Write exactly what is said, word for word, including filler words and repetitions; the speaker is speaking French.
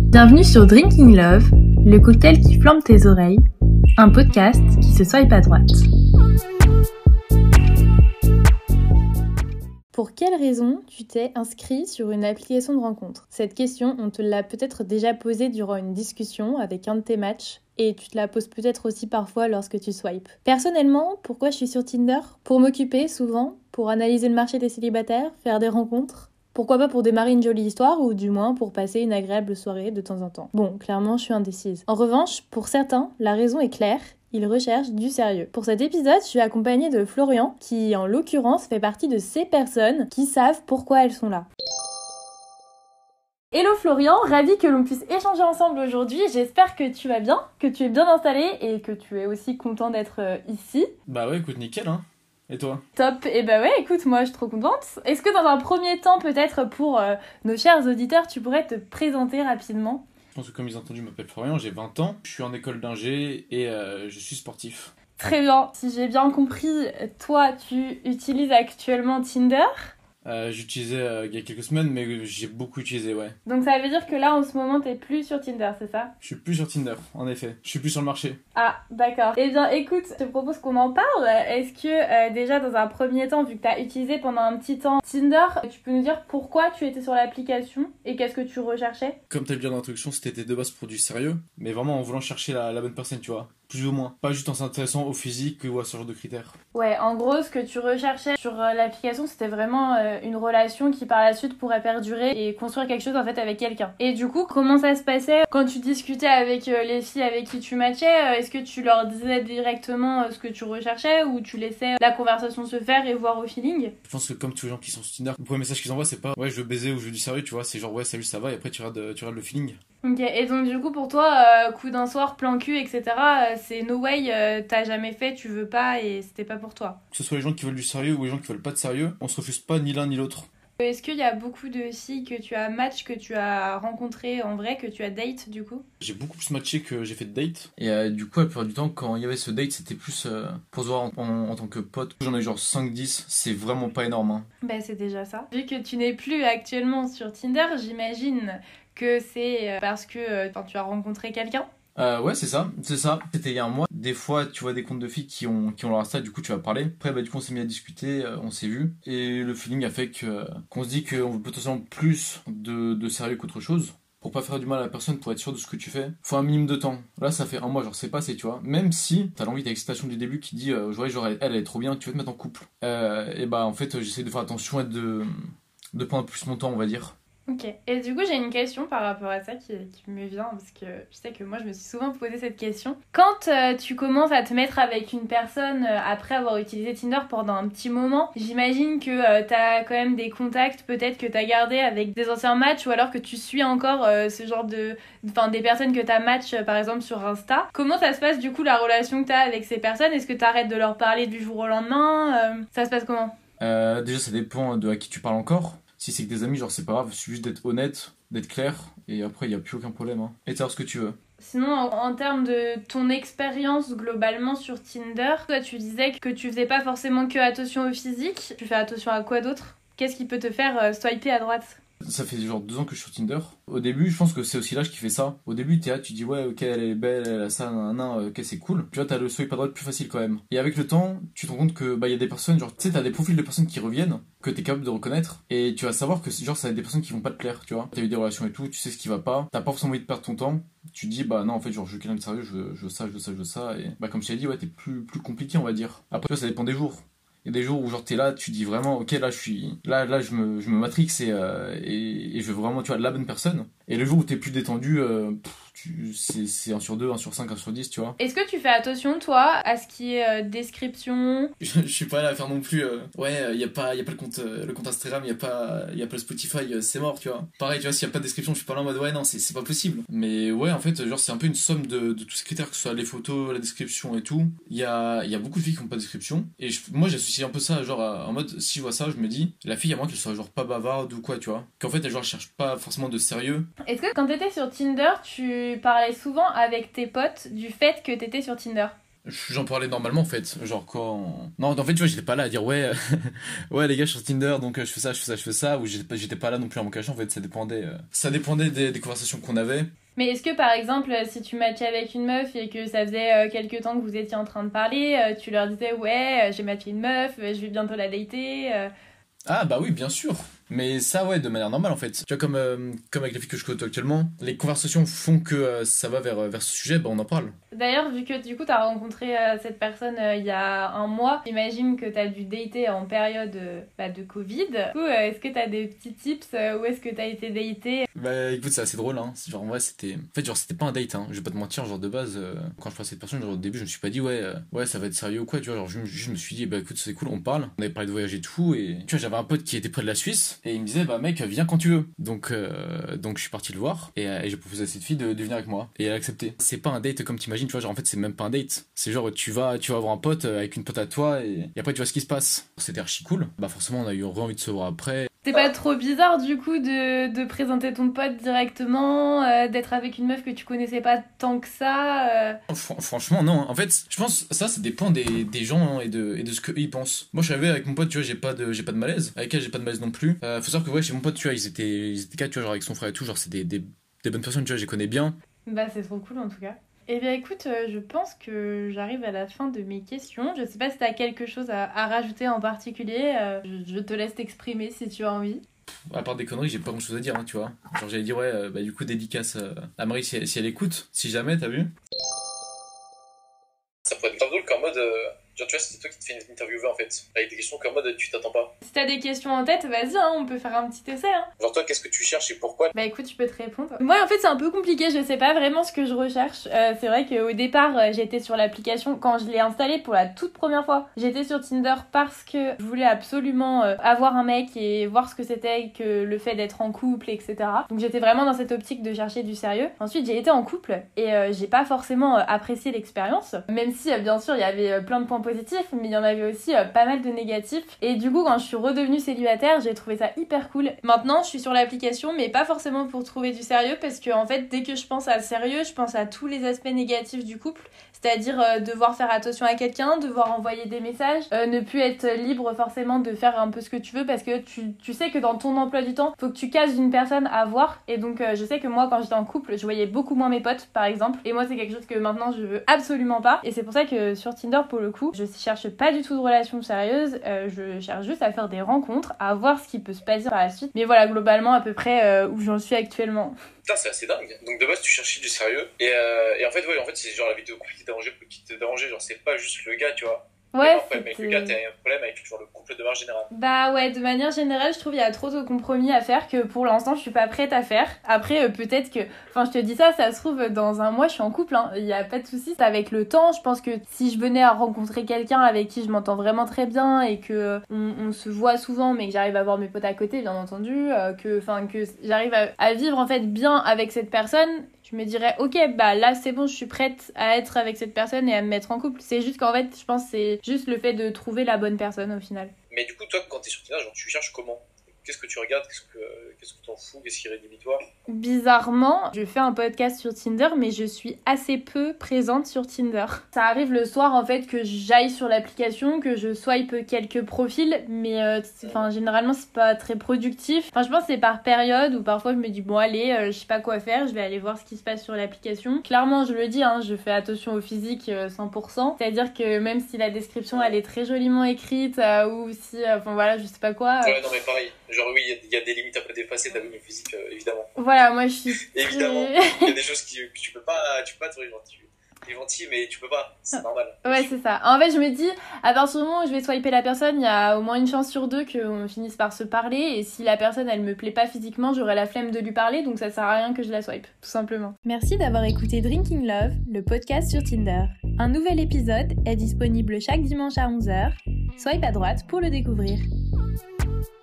Bienvenue sur Drinking Love, le cocktail qui flambe tes oreilles, un podcast qui se swipe à droite. Pour quelle raison tu t'es inscrit sur une application de rencontre ? Cette question, on te l'a peut-être déjà posée durant une discussion avec un de tes matchs et tu te la poses peut-être aussi parfois lorsque tu swipes. Personnellement, pourquoi je suis sur Tinder ? Pour m'occuper souvent, pour analyser le marché des célibataires, faire des rencontres. Pourquoi pas pour démarrer une jolie histoire ou du moins pour passer une agréable soirée de temps en temps. Bon, clairement, je suis indécise. En revanche, pour certains, la raison est claire. Ils recherchent du sérieux. Pour cet épisode, je suis accompagnée de Florian, qui en l'occurrence fait partie de ces personnes qui savent pourquoi elles sont là. Hello Florian, ravi que l'on puisse échanger ensemble aujourd'hui. J'espère que tu vas bien, que tu es bien installé et que tu es aussi content d'être euh, ici. Bah ouais, écoute, nickel, hein. Et toi ? Top, et bah ouais, écoute, moi je suis trop contente. Est-ce que dans un premier temps, peut-être pour euh, nos chers auditeurs, tu pourrais te présenter rapidement ? Je pense que comme ils ont entendu, je m'appelle Florian, j'ai vingt ans, je suis en école d'ingé et euh, je suis sportif. Très bien, si j'ai bien compris, toi tu utilises actuellement Tinder ? Euh, j'utilisais euh, il y a quelques semaines, mais j'ai beaucoup utilisé, ouais. Donc ça veut dire que là en ce moment t'es plus sur Tinder, c'est ça ? Je suis plus sur Tinder, en effet. Je suis plus sur le marché. Ah, d'accord. Eh bien écoute, je te propose qu'on en parle. Est-ce que euh, déjà dans un premier temps, vu que t'as utilisé pendant un petit temps Tinder, tu peux nous dire pourquoi tu étais sur l'application et qu'est-ce que tu recherchais ? Comme t'as dit dans l'introduction, c'était de base pour du sérieux, mais vraiment en voulant chercher la, la bonne personne, tu vois. Plus ou moins. Pas juste en s'intéressant au physique ou à ce genre de critères. Ouais, en gros, ce que tu recherchais sur euh, l'application, c'était vraiment euh, une relation qui par la suite pourrait perdurer et construire quelque chose en fait avec quelqu'un. Et du coup, comment ça se passait quand tu discutais avec euh, les filles avec qui tu matchais ? euh, Est-ce que tu leur disais directement euh, ce que tu recherchais ou tu laissais la conversation se faire et voir au feeling ? Je pense que comme tous les gens qui sont sur Tinder, le premier message qu'ils envoient, c'est pas ouais, je veux baiser ou je veux du sérieux, tu vois. C'est genre ouais, salut, ça va, et après tu regardes, tu regardes le feeling. Ok, et donc du coup pour toi, euh, coup d'un soir, plan cul, et cetera, euh, c'est no way, euh, t'as jamais fait, tu veux pas et c'était pas pour toi. Que ce soit les gens qui veulent du sérieux ou les gens qui veulent pas de sérieux, on se refuse pas ni l'un ni l'autre. Est-ce qu'il y a beaucoup de filles que tu as match, que tu as rencontrées en vrai, que tu as date du coup ? J'ai beaucoup plus matché que j'ai fait de date. Et euh, du coup, la plupart du temps, quand il y avait ce date, c'était plus euh, pour se voir en, en, en tant que pote. J'en ai genre cinq dix, c'est vraiment pas énorme. Hein. Bah c'est déjà ça. Vu que tu n'es plus actuellement sur Tinder, j'imagine que c'est parce que euh, tu as rencontré quelqu'un ? Euh, ouais, c'est ça, c'est ça. C'était il y a un mois. Des fois, tu vois des comptes de filles qui ont, qui ont leur Insta, du coup, tu vas parler. Après, bah, du coup, on s'est mis à discuter, euh, on s'est vu. Et le feeling a fait que, euh, qu'on se dit qu'on veut potentiellement plus de, de sérieux qu'autre chose. Pour pas faire du mal à la personne, pour être sûr de ce que tu fais, faut un minimum de temps. Là, ça fait un mois, genre, c'est passé, tu vois. Même si t'as l'envie, t'as l'excitation du début qui dit, euh, ouais, genre, elle, elle est trop bien, tu veux te mettre en couple. Euh, et bah, en fait, j'essaie de faire attention et de, de prendre plus mon temps, on va dire. Ok, et du coup j'ai une question par rapport à ça qui, qui me vient, parce que je sais que moi je me suis souvent posé cette question. Quand euh, tu commences à te mettre avec une personne euh, après avoir utilisé Tinder pendant un petit moment, j'imagine que euh, t'as quand même des contacts peut-être que t'as gardés avec des anciens matchs ou alors que tu suis encore euh, ce genre de... Enfin des personnes que t'as match euh, par exemple sur Insta. Comment ça se passe du coup la relation que t'as avec ces personnes ? Est-ce que t'arrêtes de leur parler du jour au lendemain ? euh, Ça se passe comment ? Euh, déjà, ça dépend de à qui tu parles encore. Si c'est que des amis, genre c'est pas grave, c'est juste d'être honnête, d'être clair, et après il y a plus aucun problème. Hein. Et de savoir ce que tu veux. Sinon, en, en termes de ton expérience globalement sur Tinder, toi tu disais que tu faisais pas forcément que attention au physique. Tu fais attention à quoi d'autre ? Qu'est-ce qui peut te faire euh, swiper à droite ? Ça fait genre deux ans que je suis sur Tinder. Au début, je pense que c'est aussi l'âge qui fait ça. Au début, t'es là, tu dis ouais, ok, elle est belle, elle a ça, nan, ok, c'est cool. Tu vois, t'as le swipe à droite plus facile quand même. Et avec le temps, tu te rends compte que bah y a des personnes, genre tu sais, t'as des profils de personnes qui reviennent, que t'es capable de reconnaître, et tu vas savoir que genre ça va être des personnes qui vont pas te plaire, tu vois. T'as eu des relations et tout, tu sais ce qui va pas. T'as pas forcément envie de perdre ton temps. Tu dis bah non en fait genre je veux quelqu'un de sérieux, je veux, je veux ça, je veux ça, je veux ça, et bah comme je t'ai dit ouais t'es plus plus compliqué on va dire. Après tu vois, ça dépend des jours. Il y a des jours où genre t'es là, tu dis vraiment ok là je suis là là je me je me matrix et, euh, et et je veux vraiment tu vois la bonne personne. Et le jour où t'es plus détendu, euh, pff, tu, c'est c'est un sur deux, un sur cinq, un sur dix, tu vois. Est-ce que tu fais attention toi à ce qui est euh, description ? Je, je suis pas là à faire non plus euh, ouais il euh, y a pas y a pas le compte euh, le compte Instagram, il y a pas il y a pas le Spotify, euh, c'est mort, tu vois. Pareil, tu vois, s'il y a pas de description, je suis pas là en mode ouais non, c'est c'est pas possible. Mais ouais, en fait, genre c'est un peu une somme de de tous ces critères, que ce soit les photos, la description et tout. Il y a il y a beaucoup de filles qui ont pas de description et je, moi j'associe un peu ça genre à, en mode si je vois ça, je me dis la fille à moins qu'elle soit genre pas bavarde ou quoi, tu vois. Qu'en fait elle genre cherche pas forcément de sérieux. Est-ce que quand t'étais sur Tinder, tu parlais souvent avec tes potes du fait que t'étais sur Tinder ? J'en parlais normalement en fait, genre quand... Non, en fait tu vois, j'étais pas là à dire ouais, ouais les gars je suis sur Tinder donc euh, je fais ça, je fais ça, je fais ça, ou j'étais pas, j'étais pas là non plus à m'en cacher en fait, ça dépendait, euh, ça dépendait des, des conversations qu'on avait. Mais est-ce que par exemple, si tu matchais avec une meuf et que ça faisait euh, quelques temps que vous étiez en train de parler, euh, tu leur disais ouais, euh, j'ai matché une meuf, euh, je vais bientôt la dater euh... Ah bah oui, bien sûr. Mais ça, ouais, de manière normale en fait. Tu vois, comme, euh, comme avec les filles que je côtoie actuellement, les conversations font que euh, ça va vers, vers ce sujet, bah on en parle. D'ailleurs, vu que du coup t'as rencontré euh, cette personne euh, il y a un mois, j'imagine que t'as dû dater en période euh, bah, de Covid. Du coup, euh, est-ce que t'as des petits tips euh, où est-ce que t'as été daté? Bah écoute, c'est assez drôle, hein. Genre en vrai, c'était. En fait, genre, c'était pas un date, hein. Je vais pas te mentir, genre de base, euh, quand je parlais à cette personne, genre au début, je me suis pas dit, ouais, euh, ouais, ça va être sérieux ou quoi, tu vois. Genre, je, je, je me suis dit, bah écoute, c'est cool, on parle. On avait parlé de voyage et tout, et tu vois, j'avais un pote qui était près de la Suisse, et il me disait, bah mec, viens quand tu veux. Donc, euh, donc je suis parti le voir, et, euh, et j'ai proposé à cette fille de, de venir avec moi, et elle a accepté. C'est pas un date comme t'imagines, tu vois, genre en fait, c'est même pas un date. C'est genre, tu vas, tu vas avoir un pote avec une pote à toi, et, et après, tu vois ce qui se passe. C'était archi cool. Bah forcément, on a eu envie de se voir après. C'est pas trop bizarre du coup de, de présenter ton pote directement, euh, d'être avec une meuf que tu connaissais pas tant que ça euh... Fr- Franchement non, en fait je pense ça ça dépend des, des gens et de, et de ce qu'ils pensent. Moi je suis arrivé avec mon pote, tu vois, j'ai pas de, j'ai pas de malaise, avec elle j'ai pas de malaise non plus. Euh, faut savoir que ouais, chez mon pote tu vois, ils étaient, ils étaient quatre, tu vois, genre avec son frère et tout, genre c'est des, des, des bonnes personnes, tu vois, je les connais bien. Bah c'est trop cool en tout cas. Eh bien écoute, euh, je pense que j'arrive à la fin de mes questions. Je sais pas si t'as quelque chose à, à rajouter en particulier, euh, je, je te laisse t'exprimer si tu as envie. À part des conneries, j'ai pas grand chose à dire, hein, tu vois. Genre j'allais dire, ouais, euh, bah du coup, dédicace euh, à Marie si elle, si elle écoute, si jamais, t'as vu. Ça pourrait être drôle qu'en mode, euh, genre tu vois, c'est toi qui te fais une interviewer en fait, avec des questions qu'en mode tu t'attends pas. Si t'as des questions en tête, vas-y, hein, on peut faire un petit essai. Hein. Genre toi, qu'est-ce que tu cherches et pourquoi? Bah écoute, je peux te répondre. Moi en fait c'est un peu compliqué, je sais pas vraiment ce que je recherche. Euh, c'est vrai qu'au départ euh, j'étais sur l'application, quand je l'ai installée pour la toute première fois, j'étais sur Tinder parce que je voulais absolument euh, avoir un mec et voir ce que c'était que le fait d'être en couple, et cetera. Donc j'étais vraiment dans cette optique de chercher du sérieux. Ensuite j'ai été en couple et euh, j'ai pas forcément euh, apprécié l'expérience, même si euh, bien sûr il y avait euh, plein de points positifs, mais il y en avait aussi euh, pas mal de négatifs. Et du coup quand je suis redevenue célibataire, j'ai trouvé ça hyper cool. Maintenant je suis sur l'application, mais pas forcément pour trouver du sérieux, parce que en fait dès que je pense à sérieux, je pense à tous les aspects négatifs du couple, c'est-à-dire euh, devoir faire attention à quelqu'un, devoir envoyer des messages, euh, ne plus être libre forcément de faire un peu ce que tu veux, parce que tu, tu sais que dans ton emploi du temps, faut que tu cases une personne à voir. Et donc euh, je sais que moi quand j'étais en couple, je voyais beaucoup moins mes potes par exemple, et moi c'est quelque chose que maintenant je veux absolument pas. Et c'est pour ça que sur Tinder pour le coup, je cherche pas du tout de relation sérieuse, euh, je cherche juste à faire des rencontres, à voir ce qui peut se passer par la suite. Mais voilà, globalement à peu près euh, où j'en suis actuellement. Putain, c'est assez dingue. Donc de base tu cherchais du sérieux et, euh, et en fait ouais, en fait c'est genre la vidéo couple qui dérangeait, qui te dérangeait, genre c'est pas juste le gars, tu vois. Ouais, un problème avec le gars, t'as un problème avec genre, le couple de manière générale. Bah ouais, de manière générale, je trouve qu'il y a trop de compromis à faire que pour l'instant je suis pas prête à faire. Après, euh, peut-être que, enfin je te dis ça, ça se trouve dans un mois je suis en couple, hein. Il y a pas de souci. C'est avec le temps, je pense que si je venais à rencontrer quelqu'un avec qui je m'entends vraiment très bien et que euh, on, on se voit souvent, mais que j'arrive à voir mes potes à côté, bien entendu, euh, que, enfin que j'arrive à, à vivre en fait bien avec cette personne. Je me dirais, ok, bah là c'est bon, je suis prête à être avec cette personne et à me mettre en couple. C'est juste qu'en fait, je pense que c'est juste le fait de trouver la bonne personne au final. Mais du coup, toi, quand t'es sur Tinder, genre, tu cherches comment? Qu'est-ce que tu regardes? Qu'est-ce que qu'est-ce que t'en fous? Qu'est-ce qui est rédhibitoire? Bizarrement, je fais un podcast sur Tinder, mais je suis assez peu présente sur Tinder. Ça arrive le soir en fait que j'aille sur l'application, que je swipe quelques profils, mais euh, enfin généralement c'est pas très productif. Enfin je pense que c'est par période où parfois je me dis bon allez, euh, je sais pas quoi faire, je vais aller voir ce qui se passe sur l'application. Clairement je le dis, hein, je fais attention au physique euh, cent pour cent. C'est-à-dire que même si la description elle est très joliment écrite euh, ou si, euh, enfin voilà, je sais pas quoi. Euh... Ouais non mais pareil. Genre oui, il y, y a des limites à pas dépasser, t'as vu le physique, euh, évidemment. Voilà, moi je suis... Évidemment, il y a des choses qui, que tu peux pas, tu peux pas te gentil. T'es gentil, mais tu peux pas, c'est normal. Ouais, c'est ça. En fait, je me dis, à partir du moment où je vais swiper la personne, il y a au moins une chance sur deux qu'on finisse par se parler, et si la personne, elle me plaît pas physiquement, j'aurai la flemme de lui parler, donc ça sert à rien que je la swipe, tout simplement. Merci d'avoir écouté Drinking Love, le podcast sur Tinder. Un nouvel épisode est disponible chaque dimanche à onze heures. Swipe à droite pour le découvrir.